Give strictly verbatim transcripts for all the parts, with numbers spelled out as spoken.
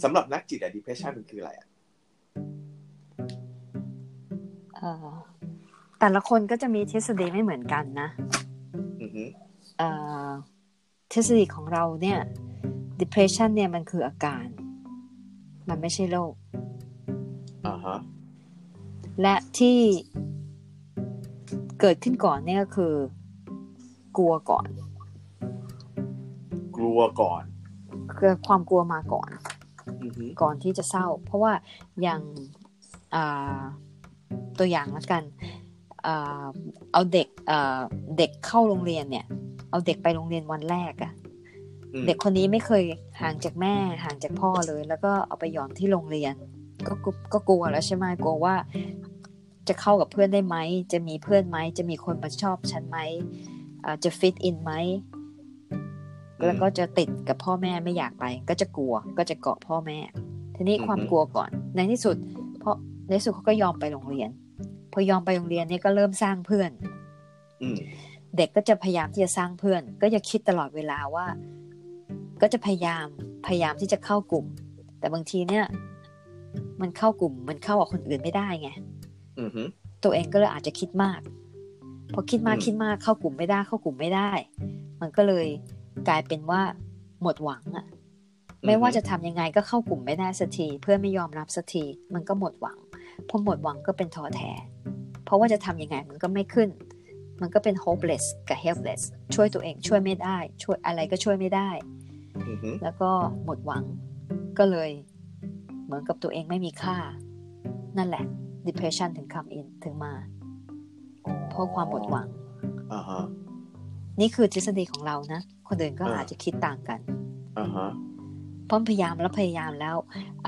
สำหรับนักจิตอะ depression มันคืออะไรอะเอ่อแต่ละคนก็จะมีทฤษฎีไม่เหมือนกันนะอือฮึเอ่อทฤษฎีของเราเนี่ย depression เนี่ยมันคืออาการมันไม่ใช่โรคอ่าฮะและที่เกิดขึ้นก่อนเนี่ยก็คือกลัวก่อนกลัวก่อนคือความกลัวมาก่อนอือฮึก่อนที่จะเศร้าเพราะว่าอย่างอ่าตัวอย่างละกันอ่าเอาเด็กอ่าเด็กเข้าโรงเรียนเนี่ยเอาเด็กไปโรงเรียนวันแรกอะเด็กคนนี้ไม่เคยห่างจากแม่ห่างจากพ่อเลยแล้วก็เอาไปหย่อนที่โรงเรียนก็ก็กลัวแล้วใช่ไหมกลัวว่าจะเข้ากับเพื่อนได้ไหมจะมีเพื่อนไหมจะมีคนมาชอบฉันไหมจะฟิตอินไหมแล้วก็จะติดกับพ่อแม่ไม่อยากไปก็จะกลัวก็จะเกาะพ่อแม่ทีนี้ความกลัวก่อนในที่สุดเพราะในที่สุดเขาก็ยอมไปโรงเรียนพอยอมไปโรงเรียนนี่ก็เริ่มสร้างเพื่อนเด็กก็จะพยายามที่จะสร้างเพื่อนก็จะคิดตลอดเวลาว่าก็จะพยายามพยายามที่จะเข้ากลุ่มแต่บางทีเนี่ยมันเข้ากลุ่มมันเข้ากับคนอื่นไม่ได้ไงตัวเองก็เลยอาจจะคิดมากพอคิดมากคิดมากเข้ากลุ่มไม่ได้เข้ากลุ่มไม่ได้มันก็เลยกลายเป็นว่าหมดหวังอ่ะไม่ว่าจะทำยังไงก็เข้ากลุ่มไม่ได้สักทีเพื่อนไม่ยอมรับสักทีมันก็หมดหวังพอหมดหวังก็เป็นท้อแท้เพราะว่าจะทำยังไงมันก็ไม่ขึ้นมันก็เป็น hopeless กับ helpless ช่วยตัวเองช่วยไม่ได้ช่วยอะไรก็ช่วยไม่ได้แล้วก็หมดหวังก็เลยเหมือนกับตัวเองไม่มีค่านั่นแหละ depression ถึง come in ถึงมาเพราะความหมดหวัง uh-huh. นี่คือทฤษฎีของเรานะคนอื่นก็อาจจะคิดต่างกัน uh-huh. เพราะพยายามแล้วพยายามแล้วไอ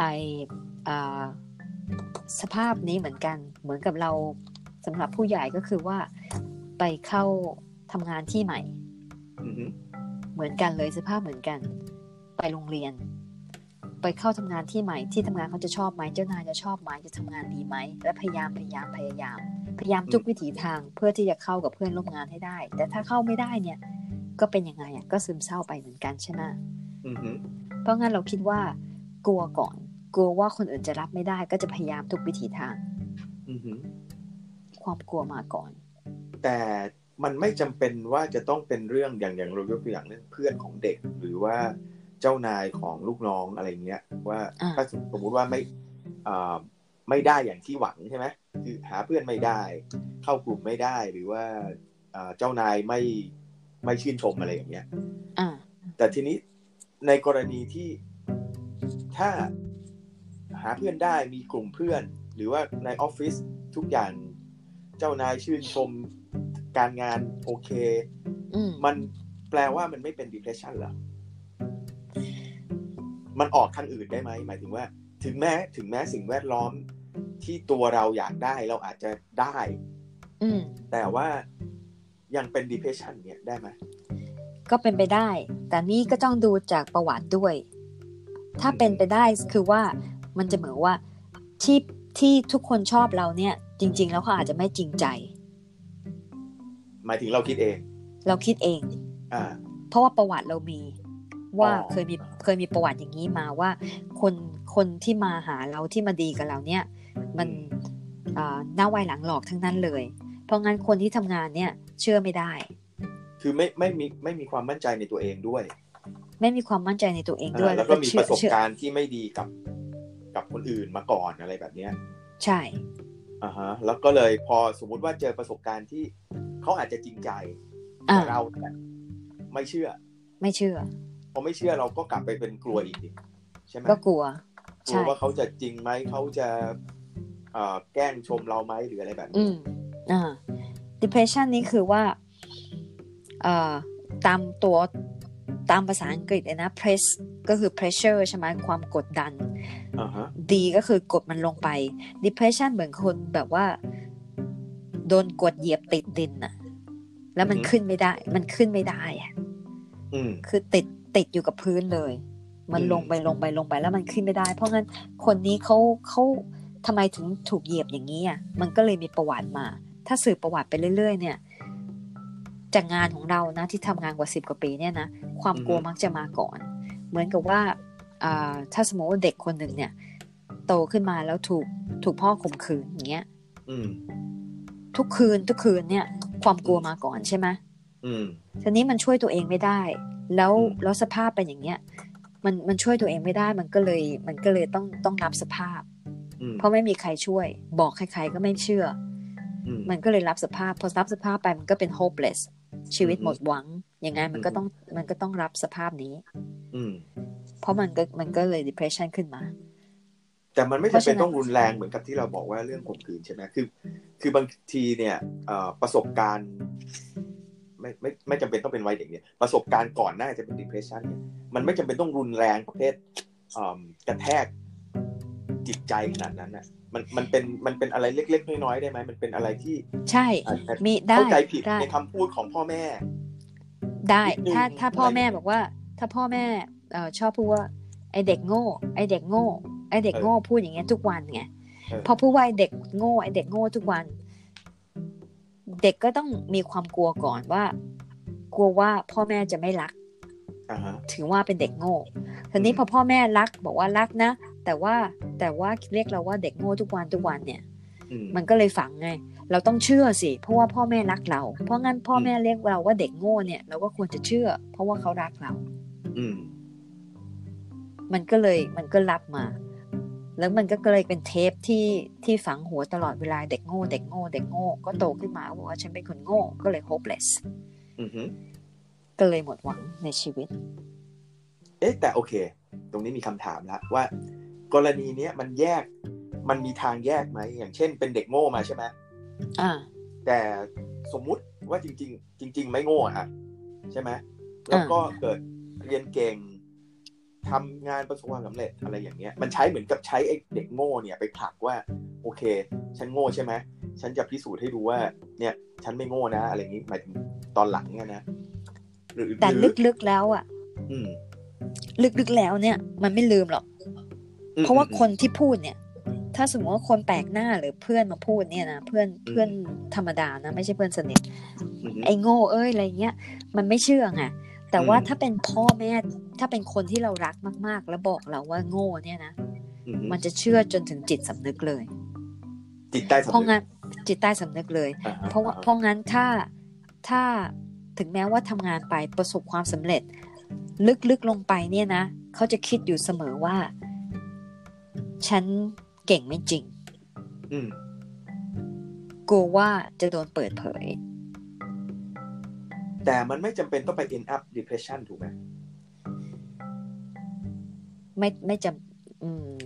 สภาพนี้เหมือนกันเหมือนกับเราสำหรับผู้ใหญ่ก็คือว่าไปเข้าทำงานที่ใหม่ uh-huh. เหมือนกันเลยสภาพเหมือนกันไปโรงเรียนไปเข้าทำงานที่ใหม่ที่ทำงานเขาจะชอบไหมเจ้านายจะชอบไหมจะทำงานดีไหมและพยายามพยายามพยายามพยายามทุกวิถีทางเพื่อที่จะเข้ากับเพื่อนร่วมงานให้ได้แต่ถ้าเข้าไม่ได้เนี่ยก็เป็นยังไงอ่ะก็ซึมเศร้าไปเหมือนกันใช่ไหม uh-huh. เพราะงั้นเราคิดว่ากลัวก่อนกลัวว่าคนอื่นจะรับไม่ได้ก็จะพยายามทุกวิถีทาง uh-huh. ความกลัวมาก่อนแต่มันไม่จำเป็นว่าจะต้องเป็นเรื่องอย่างอย่างเรายกตัวอย่างเรื่องเพื่อนของเด็กหรือว่าเจ้านายของลูกน้องอะไรเงี้ยว่าถ้าสมมุติว่าไม่อ่าไม่ได้อย่างที่หวังใช่ไหมคือหาเพื่อนไม่ได้เข้ากลุ่มไม่ได้หรือว่าเจ้านายไม่ไม่ชื่นชมอะไรอย่างเงี้ยแต่ทีนี้ในกรณีที่ถ้าหาเพื่อนได้มีกลุ่มเพื่อนหรือว่าในออฟฟิศทุกอย่างเจ้านายชื่นชมการงานโอเคมันแปลว่ามันไม่เป็น depression หรอมันออกทางอื่นได้ไหมหมายถึงว่าถึงแม้ถึงแม้สิ่งแวดล้อมที่ตัวเราอยากได้เราอาจจะได้แต่ว่ายังเป็น depression เนี่ยได้ไหมก็เป็นไปได้แต่นี่ก็ต้องดูจากประวัติด้วยถ้าเป็นไปได้คือว่ามันจะเหมือนว่าที่ที่ทุกคนชอบเราเนี่ยจริงๆแล้วเขาอาจจะไม่จริงใจหมายถึงเราคิดเองเราคิดเองอ่าเพราะว่าประวัติเรามีว่าเคยมีเคยมีประวัติอย่างนี้มาว่าคนคนที่มาหาเราที่มาดีกับเราเนี่ยมันอ่าหน้าไวหลังหลอกทั้งนั้นเลยเพราะงั้นคนที่ทำงานเนี่ยเชื่อไม่ได้คือไม่ไม่มีไม่มีความมั่นใจในตัวเองด้วยไม่มีความมั่นใจในตัวเองด้วยแล้วก็มีประสบการณ์ที่ไม่ดีกับกับคนอื่นมาก่อนอะไรแบบนี้ใช่อ่าฮะแล้วก็เลยพอสมมุติว่าเจอประสบการณ์ที่เขาอาจจะจริงใจแต่เราไม่เชื่อไม่เชื่อพอไม่เชื่อเราก็กลับไปเป็นกลัวอีกใช่ไหมก็กลัวกลัวว่าเขาจะจริงไหมเขาจะเอ่อแกล้งชมเราไหมหรืออะไรแบบนี้อืมอ่า depression นี้คือว่าเอ่อตามตัวตามภาษาอังกฤษเลยนะ press ก็คือ pressure ใช่ไหมความกดดัน uh-huh. D ก็คือกดมันลงไป depression เหมือนคนแบบว่าโดนกดเหยียบติดดินน่ะแล้วมัน uh-huh. ขึ้นไม่ได้มันขึ้นไม่ได้อ่ะ uh-huh. คือติดติดอยู่กับพื้นเลยมัน uh-huh. ลงไปลงไปลงไปแล้วมันขึ้นไม่ได้เพราะงั้นคนนี้เขาเขาทำไมถึงถูกเหยียบอย่างนี้อ่ะมันก็เลยมีประวัติมาถ้าสืบประวัติไปเรื่อยๆเนี่ยจากงานของเรานะที่ทำงานกว่าสิบกว่าปีเนี่ยนะความกลัวมักจะมาก่อนเหมือนกับว่าอ่าถ้าสมมติว่าเด็กคนหนึ่งเนี่ยโตขึ้นมาแล้วถูกถูกพ่อข่มขืนอย่างเงี้ยทุกคืนทุกคืนเนี่ยความกลัวมาก่อนใช่ไหมทีนี้มันช่วยตัวเองไม่ได้แล้วแล้วสภาพเป็นอย่างเงี้ยมันมันช่วยตัวเองไม่ได้มันก็เลยมันก็เลยต้องต้องรับสภาพเพราะไม่มีใครช่วยบอกใครๆก็ไม่เชื่อมันก็เลยรับสภาพพอรับสภาพไปมันก็เป็น hopeless ชีวิตหมดหวังยังไงมันก็ต้องมันก็ต้องรับสภาพนี้เพราะมันก็มันก็เลย depression ขึ้นมาแต่มันไม่จำเป็นต้องรุนแรงเหมือนกับที่เราบอกว่าเรื่องข่มขืนใช่ไหมคือคือบางทีเนี่ยประสบการณ์ไม่ไม่ไม่จำเป็นต้องเป็นวัยเด็กเนี่ยประสบการณ์ก่อนหน้าจะเป็น depression เนี่ยมันไม่จำเป็นต้องรุนแรงประเภทกระแทกจิตใจขนาดนั้นนะมันมันเป็นมันเป็นอะไรเล็กๆน้อยๆได้ไหมมันเป็นอะไรที่ใช่มีได้เข้าใจผิดในคำพูดของพ่อแม่ได้ถ้าถ้าพ่อแม่บอกว่าถ้าพ่อแม่เอ่อชอบพูดว่าไอเด็กโง่ไอเด็กโง่ไอเด็กโง่พูดอย่างเงี้ยทุกวันไงพอพูดว่าไอเด็กโง่ไอเด็กโง่ทุกวันเด็กก็ต้องมีความกลัวก่อนว่ากลัวว่าพ่อแม่จะไม่รัก uh-huh. ถือว่าเป็นเด็กโง่ทีนี้พอพ่อแม่รักบอกว่ารักนะแต่ว่าแต่ว่าเรียกเราว่าเด็กโง่ทุกวันทุกวันเนี่ย uh-huh. มันก็เลยฝังไงเราต้องเชื่อสิเพราะว่าพ่อแม่รักเราเพราะงั้นพ่อแม่เรียกเราว่าเด็กโง่เนี่ยเราก็ควรจะเชื่อเพราะว่าเขารักเรา uh-huh. มันก็เลยมันก็รับมาแล้วมันก็เลยเป็นเทปที่ที่ฝังหัวตลอดเวลาเด็กโง่เด็กโง่เด็กโง่ก็โตขึ้นมาบอกว่าฉันเป็นคนโง่ก็เลย hopeless อือฮึก็เลยหมดหวังในชีวิตเอ๊ะแต่โอเคตรงนี้มีคำถามแล้วว่ากรณีนี้มันแยกมันมีทางแยกไหมอย่างเช่นเป็นเด็กโง่มาใช่ไหมอ่าแต่สมมุติว่าจริงๆจริงๆไม่โง่อ่ะใช่ไหมแล้วก็เกิดเรียนเก่งทำงานประสบความสำเร็จอะไรอย่างเงี้ยมันใช้เหมือนกับใช้ไอ้เด็กโง่เนี่ยไปผลักว่าโอเคฉันโง่ใช่ไหมฉันจะพิสูจน์ให้ดูว่าเนี่ยฉันไม่โง่นะอะไรอย่างงี้หมายถึงตอนหลังเนี่ยนะแต่ลึกๆแล้วอ่ะลึกๆแล้วเนี่ยมันไม่ลืมหรอกเพราะว่าคนที่พูดเนี่ยถ้าสมมติว่าคนแปลกหน้าหรือเพื่อนมาพูดเนี่ยนะเพื่อนเพื่อนธรรมดานะไม่ใช่เพื่อนสนิทไอ้โง่เอ้ยอะไรเงี้ยมันไม่เชื่อไงแต่ว่าถ้าเป็นพ่อแม่ถ้าเป็นคนที่เรารักมากๆแล้วบอกเราว่าโง่เนี่ยนะมันจะเชื่อจนถึงจิตสำนึกเลยจิตใต้สำนึกเพราะงั้นจิตใต้สำนึกเลยเพราะว่าเพราะงั้นถ้าถ้าถึงแม้ว่าทำงานไปประสบความสำเร็จลึกๆลงไปเนี่ยนะเขาจะคิดอยู่เสมอว่าฉันเก่งไม่จริงกลัวว่าจะโดนเปิดเผยแต่มันไม่จำเป็นต้องไป end up depression ถูกไหมไม่ไม่จำอืม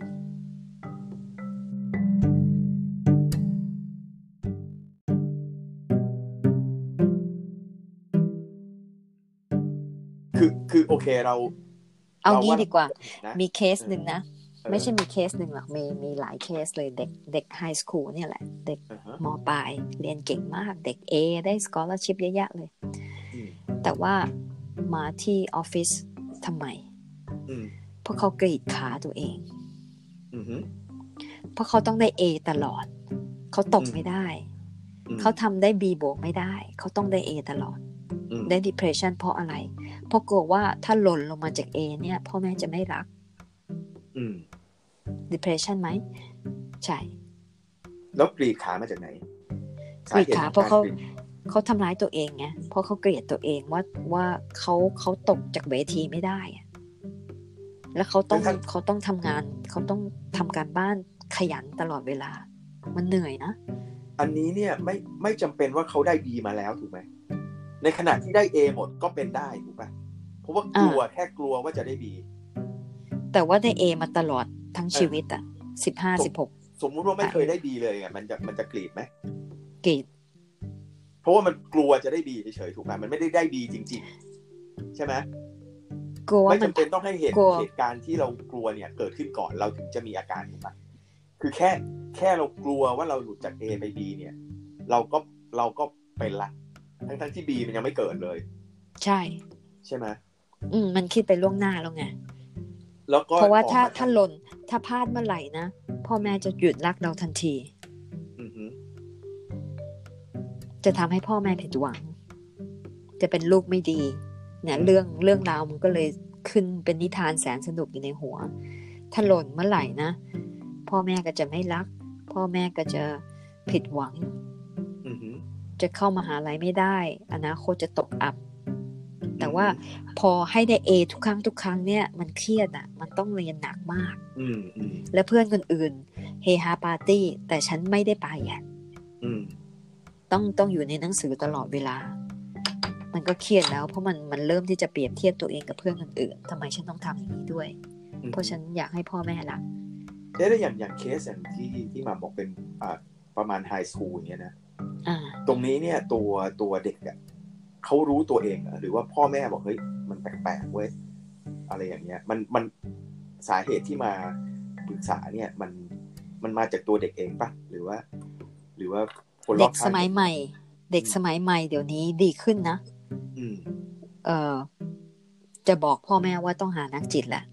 คือคือโอเคเราเอางี้ดีกว่ามีเคสหนึ่งนะไม่ใช่มีเคสหนึ่งหรอกมีมีหลายเคสเลยเด็กเด็กไฮสคูลเนี่ยแหละเด็ก uh-huh. ม.ปลายเรียนเก่งมากเด็ก A ได้สกอลาร์ชิพเยอะแยะเลย uh-huh. แต่ว่ามาที่ออฟฟิศทำไม uh-huh. เพราะเขากรีดขาตัวเอง uh-huh. เพราะเขาต้องได้ A ตลอดเขาตก uh-huh. ไม่ได้ uh-huh. เขาทำได้ B บวกไม่ได้เขาต้องได้ A ตลอด uh-huh. ได้ depression เพราะอะไรเพราะกลัวว่าถ้าหล่นลงมาจาก A เนี่ยพ่อแม่จะไม่รักอืม depression ไหมใช่แล้วกรีดขามาจากไหนกรีดขาเพราะเขาเขาทำร้ายตัวเองไงเพราะเขาเกลียดตัวเองว่าว่าเขาเขาตกจากเวทีไม่ได้แล้วเขาต้องเขาต้องทำงานเขาต้องทำการบ้านขยันตลอดเวลามันเหนื่อยนะอันนี้เนี่ยไม่ไม่จำเป็นว่าเขาได้ B มาแล้วถูกไหมในขณะที่ได้ A หมดก็เป็นได้ถูกป่ะเพราะว่ากลัวแค่กลัวว่าจะได้ B แต่ว่าได้ A มาตลอดทั้งชีวิตอ่ะสิบห้า สิบหกสมมุติว่าไม่เคยได้ B เลยอ่ะมันจะมันจะกรีดไหมกรีดเพราะว่ามันกลัวจะได้ B เฉยๆถูกป่ะมันไม่ได้ได้ B จริงๆใช่ไหมกลัวไม่จำเป็นต้องให้เหตุเหตุการณ์ที่เรากลัวเนี่ยเกิดขึ้นก่อนเราถึงจะมีอาการถูกป่ะคือแค่แค่เรากลัวว่าเราหลุดจาก A ไป B เนี่ยเราก็เราก็เป็นละทั้งๆที่ B มันยังไม่เกิดเลยใช่ใช่ไหมอืมมันคิดไปล่วงหน้าแล้วไงเพราะว่าถ้าถ้าหล่นถ้าพลาดเมื่อไหร่นะพ่อแม่จะหยุดรักเราทันทีจะทำให้พ่อแม่ผิดหวังจะเป็นลูกไม่ดีเนี่ยเรื่องเรื่องราวมันก็เลยขึ้นเป็นนิทานแสนสนุกอยู่ในหัวถ้าหล่นเมื่อไหร่นะพ่อแม่ก็จะไม่รักพ่อแม่ก็จะผิดหวัง mm-hmm. จะเข้ามหาลัยไม่ได้อนาคตจะตกอับ mm-hmm. แต่ว่าพอให้ได้ A ทุกครั้งทุกครั้งเนี่ยมันเครียดอ่ะมันต้องเรียนหนักมาก mm-hmm. และเพื่อนคนอื่นเฮฮาปาร์ตี้แต่ฉันไม่ได้ไปอ่ะ mm-hmm. ต้องต้องอยู่ในหนังสือตลอดเวลามันก็เครียดแล้วเพราะมันมันเริ่มที่จะเปรียบเทียบตัวเองกับเพื่อนคนอื่นทำไมฉันต้องทำอย่างนี้ด้วย mm-hmm. เพราะฉันอยากให้พ่อแม่รักได้อย่างอย่างเคสอย่างที่ที่มาบอกเป็นอ่าประมาณไฮสคูลอย่างเงี้ยนะตรงนี้เนี่ยตัวตัวเด็กอ่ะเขารู้ตัวเองหรือว่าพ่อแม่บอกเฮ้ยมันแปลกๆเว้ยอะไรอย่างเงี้ยมันมันสาเหตุที่มาปรึกษาเนี่ยมันมันมาจากตัวเด็กเองปะหรือว่าหรือว่าคนรอบข้างเด็กสมัยใหม่เด็กสมัยใหม่เดี๋ยวนี้ดีขึ้นนะอืมเอ่อจะบอกพ่อแม่ว่าต้องหานักจิตแหละ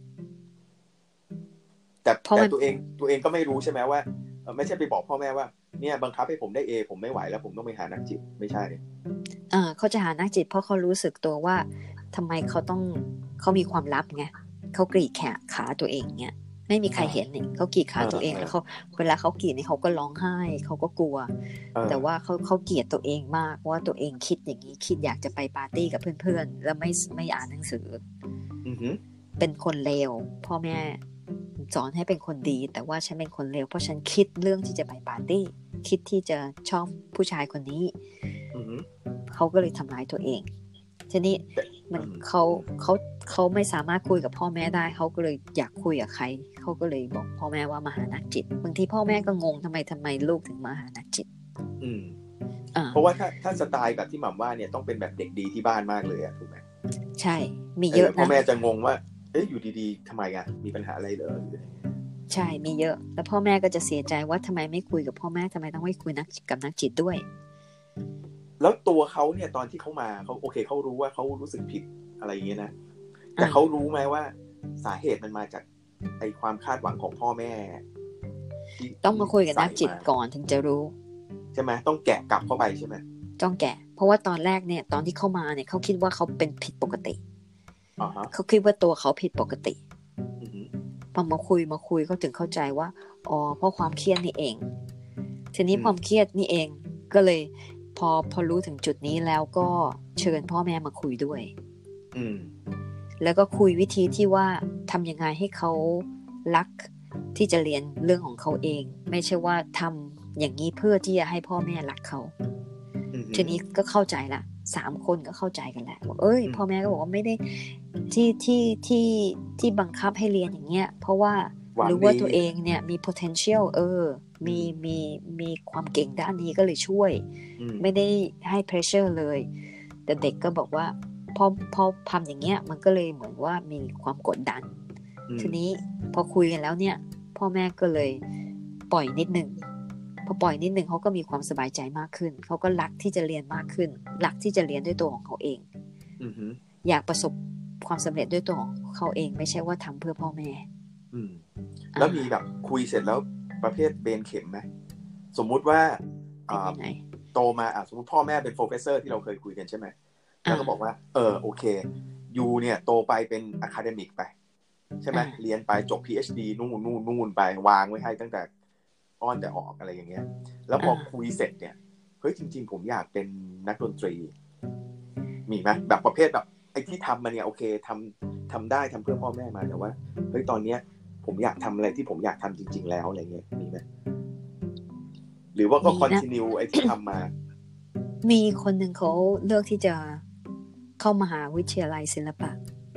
แต่แต่ตัวเองตัวเองก็ไม่รู้ใช่ไหมว่าไม่ใช่ไปบอกพ่อแม่ว่าเนี่ยบังคับให้ผมได้ A ผมไม่ไหวแล้วผมต้องไปหานักจิตไม่ใช่อ่าเขาจะหานักจิตเพราะเขารู้สึกตัวว่าทำไมเขาต้องเขามีความลับไงเขากรีดแขนขาตัวเองเนี่ยไม่มีใครเห็นเนี่ยเขากรีดขาตัวเองแล้วเขาเวลาเขากรีดนี่เขาก็ร้องไห้เขาก็กลัวแต่ว่าเขาเขาเกลียดตัวเองมากว่าตัวเองคิดอย่างนี้คิดอยากจะไปปาร์ตี้กับเพื่อนๆแล้วไม่ไม่อ่านหนังสือเป็นคนเลวพ่อแม่สอนให้เป็นคนดีแต่ว่าฉันเป็นคนเลวเพราะฉันคิดเรื่องที่จะไปปาร์ตี้คิดที่จะชอบผู้ชายคนนี้เขาก็เลยทำร้ายตัวเองทีนี้มันเขาเขาเขาไม่สามารถคุยกับพ่อแม่ได้เขาก็เลยอยากคุยกับใครเขาก็เลยบอกพ่อแม่ว่ามาหานักจิตบางทีพ่อแม่ก็งงทำไมทำไมลูกถึงมาหานักจิตอืมเพราะว่าถ้าถ้าสไตล์แบบที่หม่ำว่าเนี่ยต้องเป็นแบบเด็กดีที่บ้านมากเลยอะถูกไหมใช่มีเยอะนะพ่อแม่จะงงว่าเอ๊ะอยู่ดีๆทำไมอะมีปัญหาอะไรเหรอใช่มีเยอะแล้วพ่อแม่ก็จะเสียใจว่าทำไมไม่คุยกับพ่อแม่ทำไมต้องไม่คุยนักกับนักจิตด้วยแล้วตัวเขาเนี่ยตอนที่เขามาเขาโอเคเขารู้ว่าเขารู้สึกผิดอะไรอย่างเงี้ยนะแต่เขารู้ไหมว่าสาเหตุมันมาจากไอ้ความคาดหวังของพ่อแม่ต้องมาคุยกับนักจิตก่อนถึงจะรู้ใช่ไหมต้องแกะกลับเข้าไปใช่ไหมต้องแกะเพราะว่าตอนแรกเนี่ยตอนที่เข้ามาเนี่ยเขาคิดว่าเขาเป็นผิดปกติ uh-huh. เขาคิดว่าตัวเขาผิดปกติ uh-huh. พอมาคุยมาคุยเขาถึงเข้าใจว่าอ๋อเพราะความเครียดนี่เองทีนี้ uh-huh. ความเครียดนี่เองก็เลยพอพอรู้ถึงจุดนี้แล้วก็เชิญพ่อแม่มาคุยด้วย uh-huh. แล้วก็คุยวิธีที่ว่าทำยังไงให้เขารักที่จะเรียนเรื่องของเขาเองไม่ใช่ว่าทำอย่างนี้เพื่อที่จะให้พ่อแม่รักเขา uh-huh. ทีนี้ก็เข้าใจละสามคนก็เข้าใจกันแหละว่าเอ้ย uh-huh. พ่อแม่ก็บอกว่าไม่ได้ที่ที่ที่ที่บังคับให้เรียนอย่างเงี้ยเพราะว่ารู้ว่าตัวเองเนี่ยมี potential เออมีมีมีความเก่งด้านนี้ก็เลยช่วย uh-huh. ไม่ได้ให้ pressure เลยแต่เด็กก็บอกว่าพอพอทำอย่างเงี้ยมันก็เลยเหมือนว่ามีความกดดัน uh-huh. ทีนี้พอคุยกันแล้วเนี่ยพ่อแม่ก็เลยปล่อยนิดนึงพอปล่อยนิดนึงเขาก็มีความสบายใจมากขึ้นเขาก็รักที่จะเรียนมากขึ้นรักที่จะเรียนด้วยตัวของเขาเอง uh-huh. อยากประสบความสำเร็จด้วยตัวของเขาเองไม่ใช่ว่าทำเพื่อพ่อแม่ uh-huh. แล้วมีแบบคุยเสร็จแล้วประเภทเบนเข็มไหมสมมุติว่าโตมาอ่ะสมมติพ่อแม่เป็นโปรเฟสเซอร์ที่เราเคยคุยกันใช่ไหมแล้วก็บอกว่าเออโอเคยูเนี่ยโตไปเป็นอะคาเดมิกไปใช่ไหมเรียนไปจบ พี เอช ดี นู่นนู่นนู่นไปวางไว้ให้ตั้งแต่อ้อนแต่ออกอะไรอย่างเงี้ยแล้วพอคุยเสร็จเนี่ยเฮ้ยจริงๆผมอยากเป็นนักดนตรีมีไหมแบบประเภทแบบไอ้ที่ทำมาเนี่ยโอเคทำทำได้ทำเพื่อพ่อแม่มาแต่ว่าเฮ้ยตอนเนี้ยผมอยากทำอะไรที่ผมอยากทำจริงๆแล้วอะไรเงี้ยมีไหมหรือว่าก็คอนทินิวไอ้ที่ทำมามีคนหนึ่งเขาเลือกที่จะเข้ามหาวิทยาลัยศิลปะ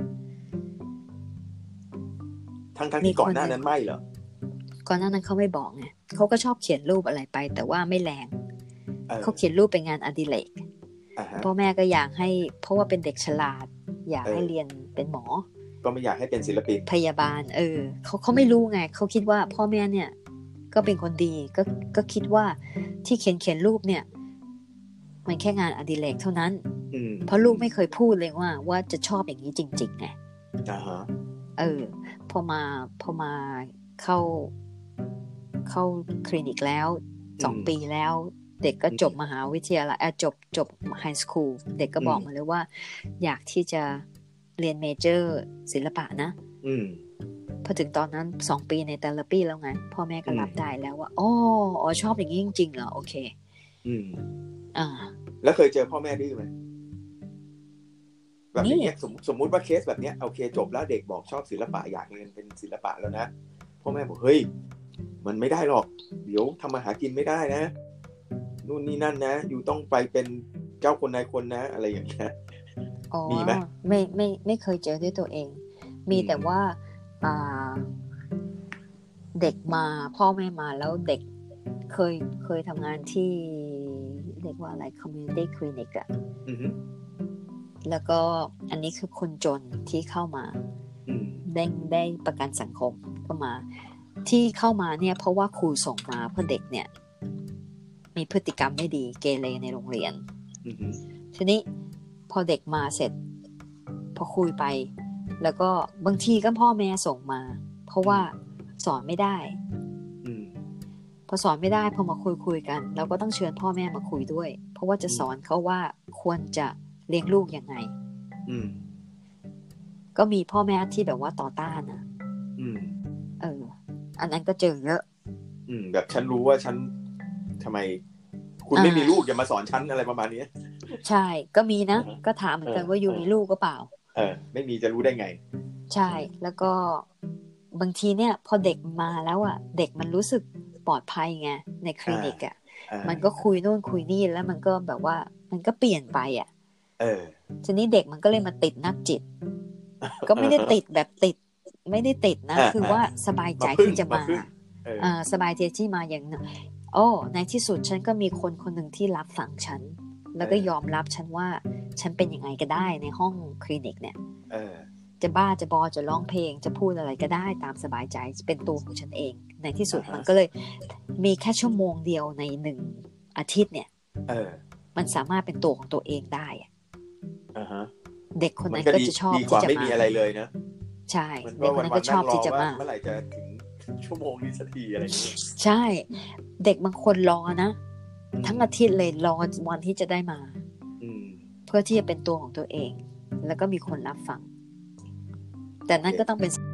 ทั้งๆที่ก่อนหน้านั้นไม่เหรอก่อนหน้านั้นเขาไม่บอกไงเขาก็ชอบเขียนรูปอะไรไปแต่ว่าไม่แรง เ, เขาเขียนรูปเป็นงานอดิเรกพ่อแม่ก็อยากให้เพราะว่าเป็นเด็กฉลาดอยากให้เรียนเป็นหมอก็ไม่อยากให้เป็นศิลปินพยาบาลเออเขาเขาไม่รู้ไงเขาคิดว่าพ่อแม่เนี่ยก็เป็นคนดีก็ก็คิดว่าที่เขียนเขียนรูปเนี่ยมันแค่งานอดิเรกเท่านั้นเพราะลูกไม่เคยพูดเลยว่าว่าจะชอบอย่างนี้จริงๆไงเออพอมาพอมาเข้าเข้าคลินิกแล้วสองปีแล้วเด็กก็จบมหาวิทยาลัยจบจบไฮสคูลเด็กก็บอกมาเลยว่าอยากที่จะเรียนเมเจอร์ศิลปะนะอืมพอถึงตอนนั้นสองปีในเทอราปีแล้วไงพ่อแม่ก็รับได้แล้วว่าอ๋ออ๋อชอบอย่างนี้จริงๆเหรอโอเคอืมอ่าแล้วเคยเจอพ่อแม่ดื้อไหมแบบนี้สมสมมุติว่าเคสแบบนี้โอเคจบแล้วเด็กบอกชอบศิลปะอยากเรียนเป็นศิลปะแล้วนะพ่อแม่บอกเฮ้ยมันไม่ได้หรอกเดี๋ยวทำมาหากินไม่ได้นะนู่นนี่นั่นนะอยู่ต้องไปเป็นเจ้าคนนายคนนะอะไรอย่างเงี้ยมีไหมไม่ไม่ไม่เคยเจอด้วยตัวเองมีแต่ว่าอ่าเด็กมาพ่อแม่มาแล้วเด็กเคยเคยทำงานที่เรียกว่าอะไร community clinic อะแล้วก็อันนี้คือคนจนที่เข้ามาได้ได้ประกันสังคมเข้ามาที่เข้ามาเนี่ยเพราะว่าครูส่งมาเพราะเด็กเนี่ยมีพฤติกรรมไม่ดีเกเรในโรงเรียนทีนี้พอเด็กมาเสร็จพอคุยไปแล้วก็บางทีก็พ่อแม่ส่งมาเพราะว่าสอนไม่ได้พอสอนไม่ได้พอมาคุยคุยกันเราก็ต้องเชิญพ่อแม่มาคุยด้วยเพราะว่าจะสอนเขาว่าควรจะเลี้ยงลูกยังไงก็มีพ่อแม่ที่แบบว่าต่อต้านนะเอออันนั้นก็เจอเยอะอืมแบบฉันรู้ว่าฉันทำไมคุณไม่มีลูกอย่ามาสอนฉันอะไรประมาณนี้ใช่ก็มีนะก็ถามเหมือนกันว่าอยู่มีลูกก็เปล่าเออไม่มีจะรู้ได้ไงใช่แล้วก็บางทีเนี่ยพอเด็กมาแล้วอ่ะเด็กมันรู้สึกปลอดภัยไงในคลินิกอ่ะมันก็คุยโน่นคุยนี่แล้วมันก็แบบว่ามันก็เปลี่ยนไปอ่ะเออทีนี้เด็กมันก็เลยมาติดนักจิตก็ไม่ได้ติดแบบติดไม่ได้ติดนะคือว่าสบายใจที่จะมาอ่าสบายใจที่มาอย่างโอ้ในที่สุดฉันก็มีคนคนหนึ่งที่รับฟังฉันแล้วก็ยอมรับฉันว่าฉันเป็นยังไงก็ได้ในห้องคลินิกเนี่ยจะบ้าจะบอจะร้องเพลงจะพูดอะไรก็ได้ตามสบายใจเป็นตัวของฉันเองในที่สุดมันก็เลยมีแค่ชั่วโมงเดียวในหนึ่งอาทิตย์เนี่ยมันสามารถเป็นตัวของตัวเองได้เด็กคนนั้นก็จะชอบที่จะมาไม่มีอะไรเลยนะใช่เด็กคนนั้นก็ชอบที่จะมาเมื่อไหร่จะถึงชั่วโมงนี้สักทีอะไรอย่างเงี้ยใช่เด็กบางคนรอนะทั้งอาทิตย์เลยรอวันที่จะได้มาเพื่อที่จะเป็นตัวของตัวเองแล้วก็มีคนรับฟังแต่นั่นก็ต้องเป็น